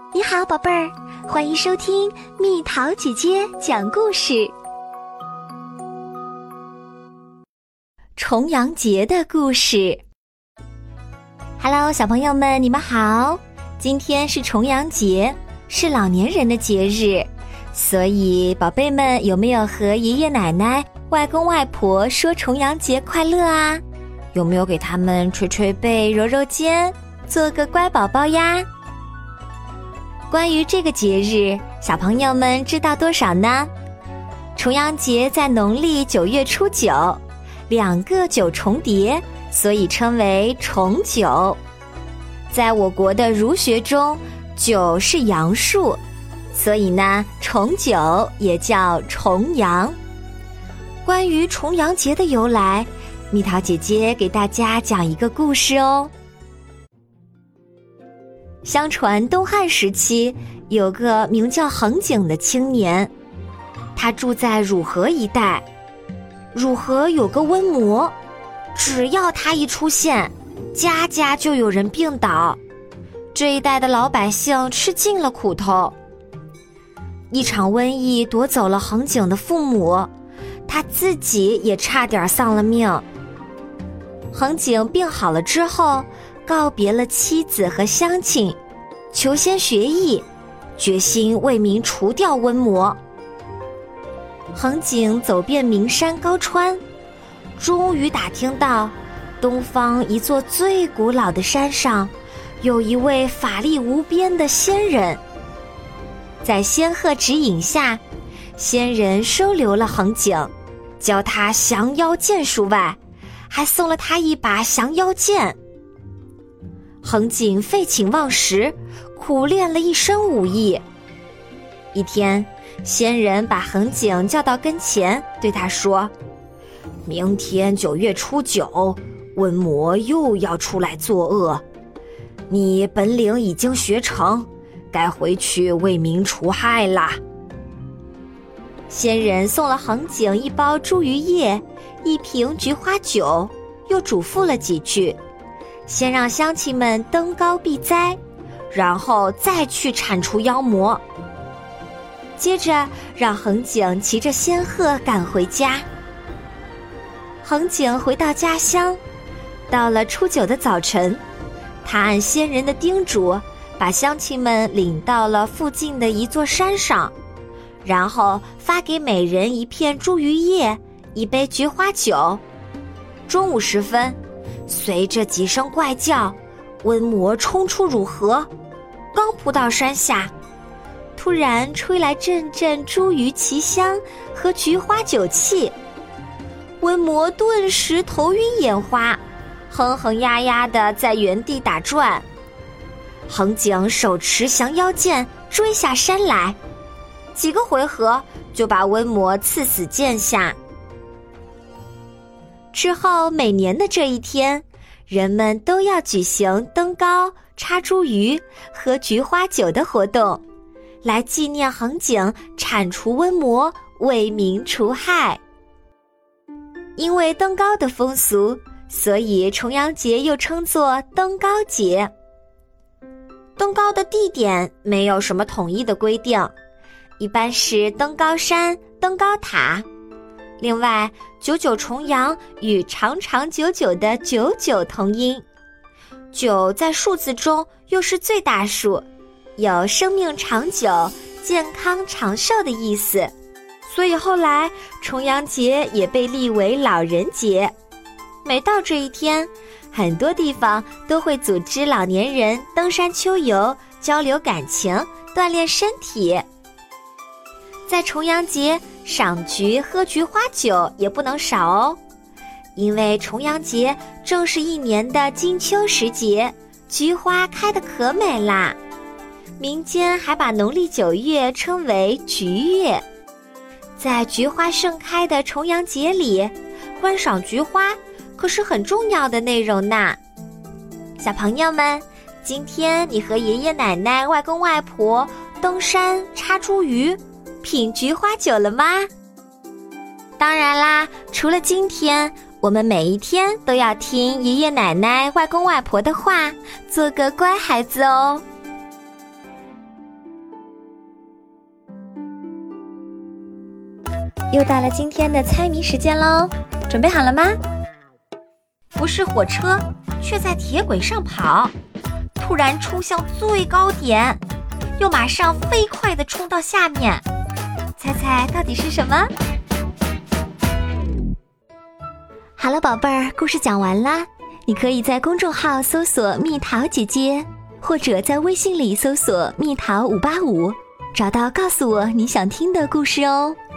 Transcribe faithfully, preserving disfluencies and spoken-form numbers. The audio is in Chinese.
你好，宝贝儿，欢迎收听蜜桃姐姐讲故事。重阳节的故事。Hello， 小朋友们，你们好！今天是重阳节，是老年人的节日，所以宝贝们有没有和爷爷奶奶、外公外婆说重阳节快乐啊？有没有给他们捶捶背、揉揉肩，做个乖宝宝呀？关于这个节日，小朋友们知道多少呢？重阳节在农历九月初九，两个九重叠，所以称为重九。在我国的儒学中，九是阳数，所以呢，重九也叫重阳。关于重阳节的由来，蜜桃姐姐给大家讲一个故事哦。相传东汉时期，有个名叫恒景的青年，他住在汝河一带。汝河有个瘟魔，只要他一出现，家家就有人病倒，这一带的老百姓吃尽了苦头。一场瘟疫夺走了恒景的父母，他自己也差点丧了命。恒景病好了之后，告别了妻子和乡亲，求仙学艺，决心为民除掉瘟魔。恒景走遍名山高川，终于打听到东方一座最古老的山上有一位法力无边的仙人。在仙鹤指引下，仙人收留了恒景，教他降妖剑术外，还送了他一把降妖剑。恒景废寝忘食，苦练了一身武艺。一天，仙人把恒景叫到跟前，对他说：明天九月初九，瘟魔又要出来作恶，你本领已经学成，该回去为民除害啦。仙人送了恒景一包茱萸叶，一瓶菊花酒，又嘱咐了几句，先让乡亲们登高避灾，然后再去铲除妖魔。接着让恒景骑着仙鹤赶回家。恒景回到家乡，到了初九的早晨，他按仙人的叮嘱，把乡亲们领到了附近的一座山上，然后发给每人一片茱萸叶，一杯菊花酒。中午时分，随着几声怪叫，瘟魔冲出汝河，刚扑到山下，突然吹来阵阵茱萸奇香和菊花酒气，瘟魔顿时头晕眼花，哼哼呀呀地在原地打转。恒景手持降妖剑追下山来，几个回合就把瘟魔刺死剑下。之后每年的这一天，人们都要举行登高、插茱萸和菊花酒的活动，来纪念恒景铲除瘟魔，为民除害。因为登高的风俗，所以重阳节又称作登高节。登高的地点没有什么统一的规定，一般是登高山、登高塔。另外，九九重阳与长长久久的九九同音，九在数字中又是最大数，有生命长久、健康长寿的意思，所以后来重阳节也被立为老人节。每到这一天，很多地方都会组织老年人登山秋游，交流感情，锻炼身体。在重阳节，赏菊喝菊花酒也不能少哦，因为重阳节正是一年的金秋时节，菊花开得可美啦。民间还把农历九月称为菊月。在菊花盛开的重阳节里，观赏菊花可是很重要的内容呢。小朋友们，今天你和爷爷奶奶、外公外婆登山插茱萸，品菊花酒了吗？当然啦，除了今天，我们每一天都要听爷爷奶奶、外公外婆的话，做个乖孩子哦。 又到了今天的猜谜时间喽，准备好了吗？不是火车，却在铁轨上跑，突然冲向最高点，又马上飞快地冲到下面，猜猜到底是什么？好了，宝贝儿，故事讲完啦。你可以在公众号搜索蜜桃姐姐，或者在微信里搜索蜜桃五八五，找到告诉我你想听的故事哦。